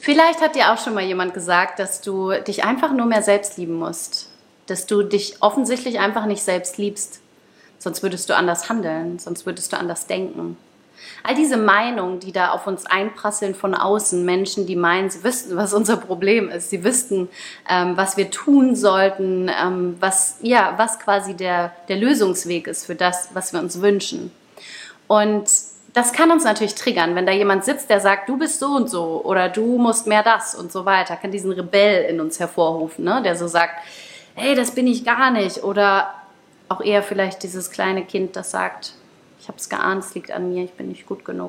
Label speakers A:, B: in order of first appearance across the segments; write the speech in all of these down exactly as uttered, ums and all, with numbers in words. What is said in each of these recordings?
A: Vielleicht hat dir auch schon mal jemand gesagt, dass du dich einfach nur mehr selbst lieben musst. Dass du dich offensichtlich einfach nicht selbst liebst. Sonst würdest du anders handeln, sonst würdest du anders denken. All diese Meinungen, die da auf uns einprasseln von außen, Menschen, die meinen, sie wüssten, was unser Problem ist, sie wüssten, ähm, was wir tun sollten, ähm, was, ja, was quasi der, der Lösungsweg ist für das, was wir uns wünschen. Und das kann uns natürlich triggern, wenn da jemand sitzt, der sagt, du bist so und so oder du musst mehr das und so weiter, kann diesen Rebell in uns hervorrufen, ne? Der so sagt, hey, das bin ich gar nicht, oder auch eher vielleicht dieses kleine Kind, das sagt, ich habe es geahnt, es liegt an mir, ich bin nicht gut genug.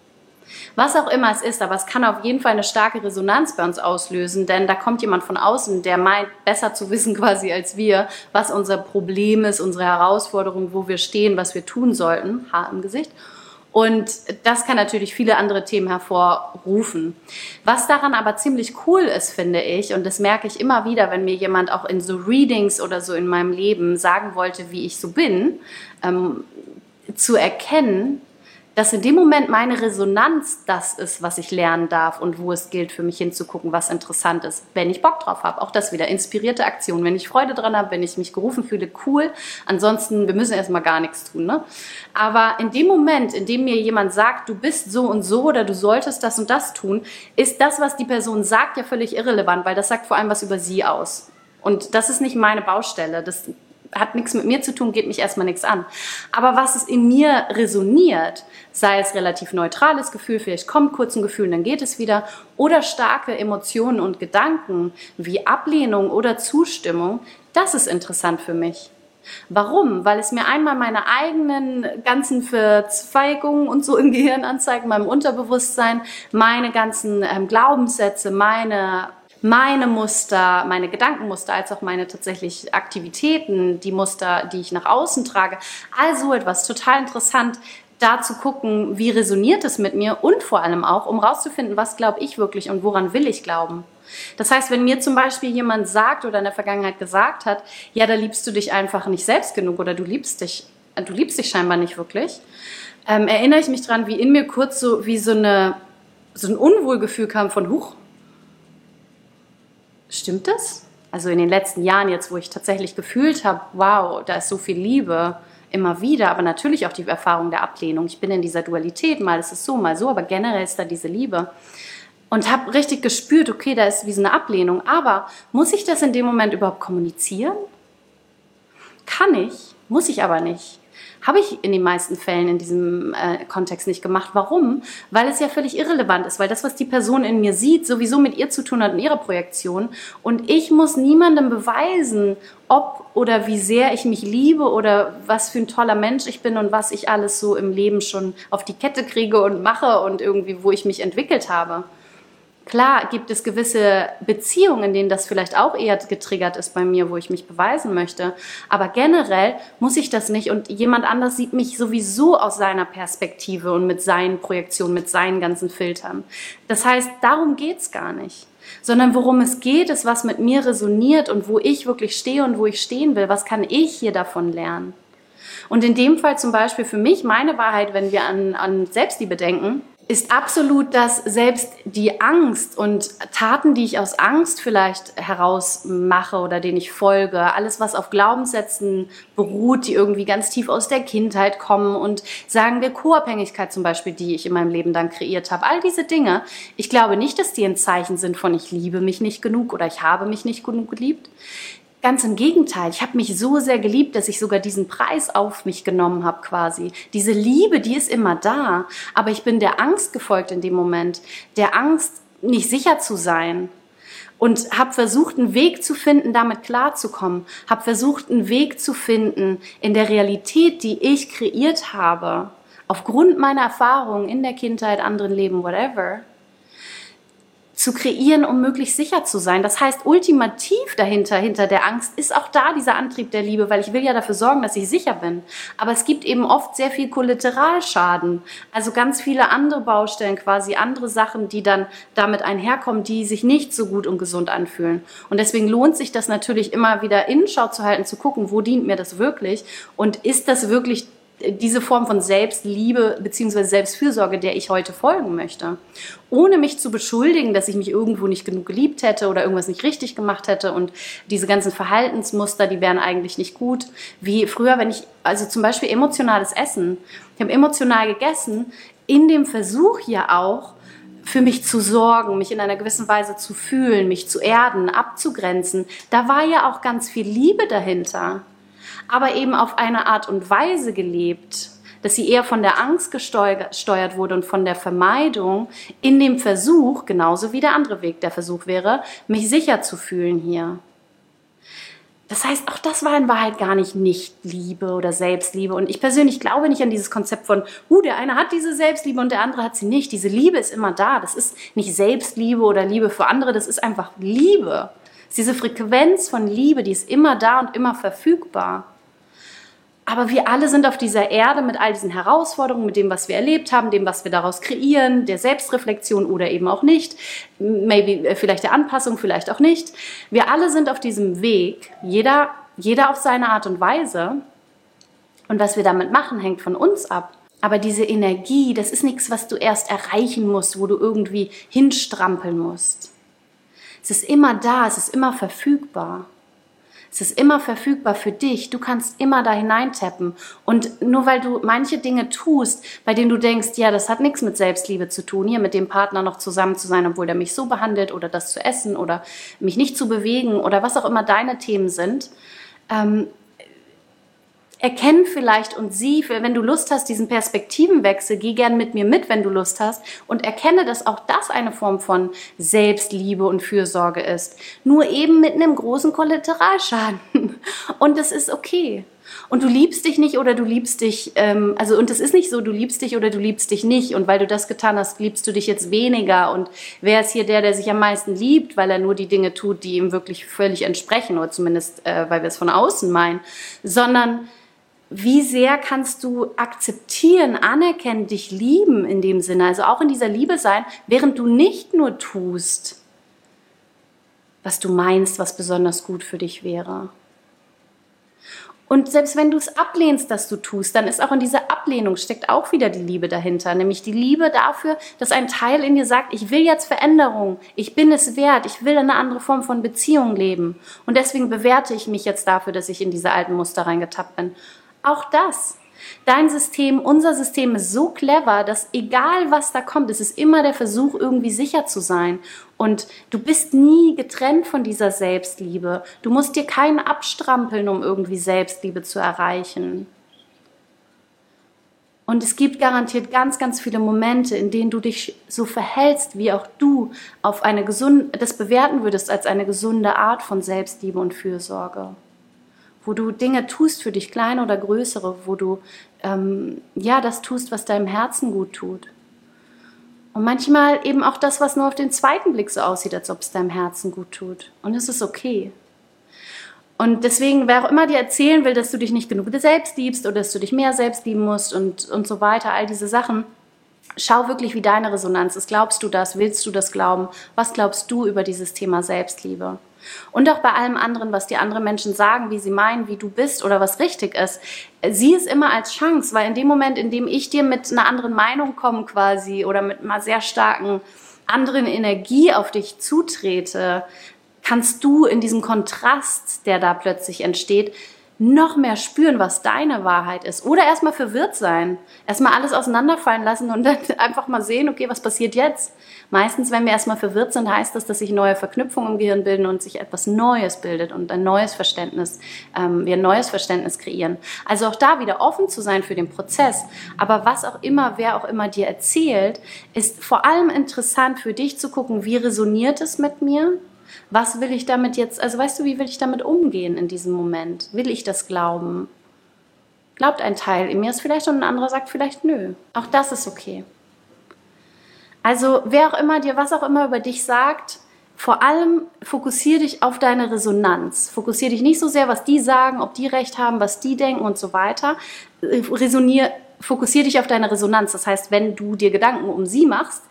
A: Was auch immer es ist, aber es kann auf jeden Fall eine starke Resonanz bei uns auslösen, denn da kommt jemand von außen, der meint, besser zu wissen quasi als wir, was unser Problem ist, unsere Herausforderung, wo wir stehen, was wir tun sollten, Haar im Gesicht. Und das kann natürlich viele andere Themen hervorrufen. Was daran aber ziemlich cool ist, finde ich, und das merke ich immer wieder, wenn mir jemand auch in so Readings oder so in meinem Leben sagen wollte, wie ich so bin, ähm, zu erkennen, dass in dem Moment meine Resonanz das ist, was ich lernen darf und wo es gilt, für mich hinzugucken, was interessant ist, wenn ich Bock drauf habe. Auch das wieder, inspirierte Aktion. Wenn ich Freude dran habe, wenn ich mich gerufen fühle, cool. Ansonsten, wir müssen erstmal gar nichts tun, ne? Aber in dem Moment, in dem mir jemand sagt, du bist so und so oder du solltest das und das tun, ist das, was die Person sagt, ja völlig irrelevant, weil das sagt vor allem was über sie aus. Und das ist nicht meine Baustelle. Das hat nichts mit mir zu tun, geht mich erstmal nichts an. Aber was es in mir resoniert, sei es relativ neutrales Gefühl, vielleicht kommt kurz ein Gefühl und dann geht es wieder, oder starke Emotionen und Gedanken wie Ablehnung oder Zustimmung, das ist interessant für mich. Warum? Weil es mir einmal meine eigenen ganzen Verzweigungen und so im Gehirn anzeigt, meinem Unterbewusstsein, meine ganzen ähm, Glaubenssätze, meine meine Muster, meine Gedankenmuster, als auch meine tatsächlich Aktivitäten, die Muster, die ich nach außen trage. Also etwas total interessant, da zu gucken, wie resoniert es mit mir und vor allem auch, um rauszufinden, was glaube ich wirklich und woran will ich glauben. Das heißt, wenn mir zum Beispiel jemand sagt oder in der Vergangenheit gesagt hat, ja, da liebst du dich einfach nicht selbst genug oder du liebst dich, du liebst dich scheinbar nicht wirklich, ähm, erinnere ich mich dran, wie in mir kurz so wie so, eine, so ein Unwohlgefühl kam von, huch, stimmt das? Also in den letzten Jahren jetzt, wo ich tatsächlich gefühlt habe, wow, da ist so viel Liebe, immer wieder, aber natürlich auch die Erfahrung der Ablehnung. Ich bin in dieser Dualität, mal ist es so, mal so, aber generell ist da diese Liebe. Und habe richtig gespürt, okay, da ist wie so eine Ablehnung, aber muss ich das in dem Moment überhaupt kommunizieren? Kann ich, muss ich aber nicht. Habe ich in den meisten Fällen in diesem äh, Kontext nicht gemacht. Warum? Weil es ja völlig irrelevant ist, weil das, was die Person in mir sieht, sowieso mit ihr zu tun hat, in ihrer Projektion. Und ich muss niemandem beweisen, ob oder wie sehr ich mich liebe oder was für ein toller Mensch ich bin und was ich alles so im Leben schon auf die Kette kriege und mache und irgendwie, wo ich mich entwickelt habe. Klar gibt es gewisse Beziehungen, in denen das vielleicht auch eher getriggert ist bei mir, wo ich mich beweisen möchte. Aber generell muss ich das nicht und jemand anders sieht mich sowieso aus seiner Perspektive und mit seinen Projektionen, mit seinen ganzen Filtern. Das heißt, darum geht's gar nicht. Sondern worum es geht, ist, was mit mir resoniert und wo ich wirklich stehe und wo ich stehen will. Was kann ich hier davon lernen? Und in dem Fall zum Beispiel für mich, meine Wahrheit, wenn wir an, an Selbstliebe denken, ist absolut, dass selbst die Angst und Taten, die ich aus Angst vielleicht heraus mache oder denen ich folge, alles, was auf Glaubenssätzen beruht, die irgendwie ganz tief aus der Kindheit kommen und sagen wir Co-Abhängigkeit zum Beispiel, die ich in meinem Leben dann kreiert habe, all diese Dinge, ich glaube nicht, dass die ein Zeichen sind von ich liebe mich nicht genug oder ich habe mich nicht genug geliebt. Ganz im Gegenteil, ich habe mich so sehr geliebt, dass ich sogar diesen Preis auf mich genommen habe quasi. Diese Liebe, die ist immer da, aber ich bin der Angst gefolgt in dem Moment, der Angst, nicht sicher zu sein. Und habe versucht, einen Weg zu finden, damit klarzukommen. Habe versucht, einen Weg zu finden in der Realität, die ich kreiert habe, aufgrund meiner Erfahrungen in der Kindheit, anderen Leben, whatever, zu kreieren, um möglichst sicher zu sein. Das heißt, ultimativ dahinter, hinter der Angst, ist auch da dieser Antrieb der Liebe, weil ich will ja dafür sorgen, dass ich sicher bin. Aber es gibt eben oft sehr viel Kollateralschaden, also ganz viele andere Baustellen, quasi andere Sachen, die dann damit einherkommen, die sich nicht so gut und gesund anfühlen. Und deswegen lohnt sich das natürlich immer wieder Innenschau zu halten, zu gucken, wo dient mir das wirklich und ist das wirklich diese Form von Selbstliebe bzw. Selbstfürsorge, der ich heute folgen möchte. Ohne mich zu beschuldigen, dass ich mich irgendwo nicht genug geliebt hätte oder irgendwas nicht richtig gemacht hätte und diese ganzen Verhaltensmuster, die wären eigentlich nicht gut. Wie früher, wenn ich, also zum Beispiel emotionales Essen, ich habe emotional gegessen, in dem Versuch ja auch, für mich zu sorgen, mich in einer gewissen Weise zu fühlen, mich zu erden, abzugrenzen. Da war ja auch ganz viel Liebe dahinter, aber eben auf eine Art und Weise gelebt, dass sie eher von der Angst gesteuert wurde und von der Vermeidung in dem Versuch, genauso wie der andere Weg der Versuch wäre, mich sicher zu fühlen hier. Das heißt, auch das war in Wahrheit gar nicht Nicht-Liebe oder Selbstliebe. Und ich persönlich glaube nicht an dieses Konzept von, uh, der eine hat diese Selbstliebe und der andere hat sie nicht. Diese Liebe ist immer da. Das ist nicht Selbstliebe oder Liebe für andere, das ist einfach Liebe. Das ist diese Frequenz von Liebe, die ist immer da und immer verfügbar. Aber wir alle sind auf dieser Erde mit all diesen Herausforderungen, mit dem, was wir erlebt haben, dem, was wir daraus kreieren, der Selbstreflexion oder eben auch nicht, maybe vielleicht der Anpassung, vielleicht auch nicht. Wir alle sind auf diesem Weg, jeder, jeder auf seine Art und Weise. Und was wir damit machen, hängt von uns ab. Aber diese Energie, das ist nichts, was du erst erreichen musst, wo du irgendwie hinstrampeln musst. Es ist immer da, es ist immer verfügbar. Es ist immer verfügbar für dich. Du kannst immer da hineintappen. Und nur weil du manche Dinge tust, bei denen du denkst, ja, das hat nichts mit Selbstliebe zu tun, hier mit dem Partner noch zusammen zu sein, obwohl der mich so behandelt oder das zu essen oder mich nicht zu bewegen oder was auch immer deine Themen sind, ähm, erkenn vielleicht und sieh, wenn du Lust hast, diesen Perspektivenwechsel, geh gern mit mir mit, wenn du Lust hast und erkenne, dass auch das eine Form von Selbstliebe und Fürsorge ist. Nur eben mit einem großen Kollateralschaden. Und das ist okay. Und du liebst dich nicht oder du liebst dich, ähm, also und es ist nicht so, du liebst dich oder du liebst dich nicht und weil du das getan hast, liebst du dich jetzt weniger und wer ist hier der, der sich am meisten liebt, weil er nur die Dinge tut, die ihm wirklich völlig entsprechen oder zumindest, äh, weil wir es von außen meinen, sondern wie sehr kannst du akzeptieren, anerkennen, dich lieben in dem Sinne, also auch in dieser Liebe sein, während du nicht nur tust, was du meinst, was besonders gut für dich wäre. Und selbst wenn du es ablehnst, dass du tust, dann ist auch in dieser Ablehnung steckt auch wieder die Liebe dahinter, nämlich die Liebe dafür, dass ein Teil in dir sagt, ich will jetzt Veränderung, ich bin es wert, ich will eine andere Form von Beziehung leben und deswegen bewerte ich mich jetzt dafür, dass ich in diese alten Muster reingetappt bin. Auch das. Dein System, unser System ist so clever, dass egal was da kommt, es ist immer der Versuch, irgendwie sicher zu sein. Und du bist nie getrennt von dieser Selbstliebe. Du musst dir keinen abstrampeln, um irgendwie Selbstliebe zu erreichen. Und es gibt garantiert ganz, ganz viele Momente, in denen du dich so verhältst, wie auch du auf eine gesunde, das bewerten würdest als eine gesunde Art von Selbstliebe und Fürsorge. Wo du Dinge tust für dich, kleine oder größere, wo du ähm, ja das tust, was deinem Herzen gut tut. Und manchmal eben auch das, was nur auf den zweiten Blick so aussieht, als ob es deinem Herzen gut tut. Und es ist okay. Und deswegen, wer auch immer dir erzählen will, dass du dich nicht genug selbst liebst oder dass du dich mehr selbst lieben musst und, und so weiter, all diese Sachen, schau wirklich, wie deine Resonanz ist. Glaubst du das? Willst du das glauben? Was glaubst du über dieses Thema Selbstliebe? Und auch bei allem anderen, was dir andere Menschen sagen, wie sie meinen, wie du bist oder was richtig ist, sieh es immer als Chance, weil in dem Moment, in dem ich dir mit einer anderen Meinung komme quasi oder mit einer sehr starken anderen Energie auf dich zutrete, kannst du in diesem Kontrast, der da plötzlich entsteht, noch mehr spüren, was deine Wahrheit ist. Oder erstmal verwirrt sein. Erstmal alles auseinanderfallen lassen und dann einfach mal sehen, okay, was passiert jetzt? Meistens, wenn wir erstmal verwirrt sind, heißt das, dass sich neue Verknüpfungen im Gehirn bilden und sich etwas Neues bildet und ein neues Verständnis, ähm, wir ein neues Verständnis kreieren. Also auch da wieder offen zu sein für den Prozess. Aber was auch immer, wer auch immer dir erzählt, ist vor allem interessant für dich zu gucken, wie resoniert es mit mir? Was will ich damit jetzt, also weißt du, wie will ich damit umgehen in diesem Moment? Will ich das glauben? Glaubt ein Teil in mir es vielleicht und ein anderer sagt vielleicht nö. Auch das ist okay. Also wer auch immer dir was auch immer über dich sagt, vor allem fokussiere dich auf deine Resonanz. Fokussiere dich nicht so sehr, was die sagen, ob die recht haben, was die denken und so weiter. Resonier, fokussiere dich auf deine Resonanz. Das heißt, wenn du dir Gedanken um sie machst,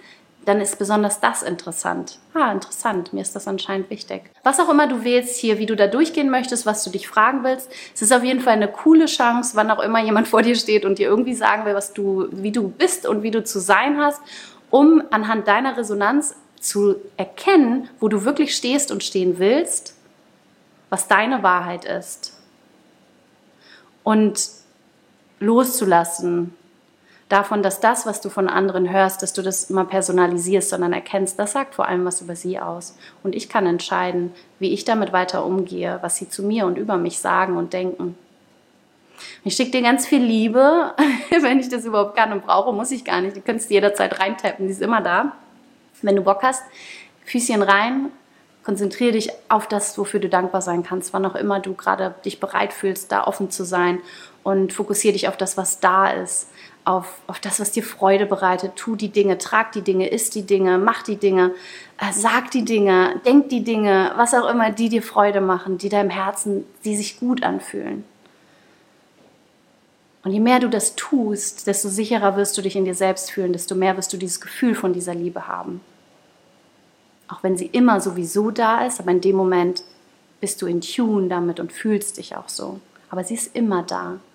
A: dann ist besonders das interessant. Ah, interessant, mir ist das anscheinend wichtig. Was auch immer du wählst hier, wie du da durchgehen möchtest, was du dich fragen willst, es ist auf jeden Fall eine coole Chance, wann auch immer jemand vor dir steht und dir irgendwie sagen will, was du, wie du bist und wie du zu sein hast, um anhand deiner Resonanz zu erkennen, wo du wirklich stehst und stehen willst, was deine Wahrheit ist. Und loszulassen davon, dass das, was du von anderen hörst, dass du das immer personalisierst, sondern erkennst, das sagt vor allem was über sie aus. Und ich kann entscheiden, wie ich damit weiter umgehe, was sie zu mir und über mich sagen und denken. Ich schicke dir ganz viel Liebe, wenn ich das überhaupt kann und brauche, muss ich gar nicht. Du kannst jederzeit reintappen, die ist immer da. Wenn du Bock hast, Füßchen rein, konzentriere dich auf das, wofür du dankbar sein kannst, wann auch immer du gerade dich bereit fühlst, da offen zu sein, und fokussiere dich auf das, was da ist, auf, auf das, was dir Freude bereitet. Tu die Dinge, trag die Dinge, isst die Dinge, mach die Dinge, äh, sag die Dinge, denk die Dinge, was auch immer, die dir Freude machen, die deinem Herzen, die sich gut anfühlen. Und je mehr du das tust, desto sicherer wirst du dich in dir selbst fühlen, desto mehr wirst du dieses Gefühl von dieser Liebe haben. Auch wenn sie immer sowieso da ist, aber in dem Moment bist du in Tune damit und fühlst dich auch so. Aber sie ist immer da.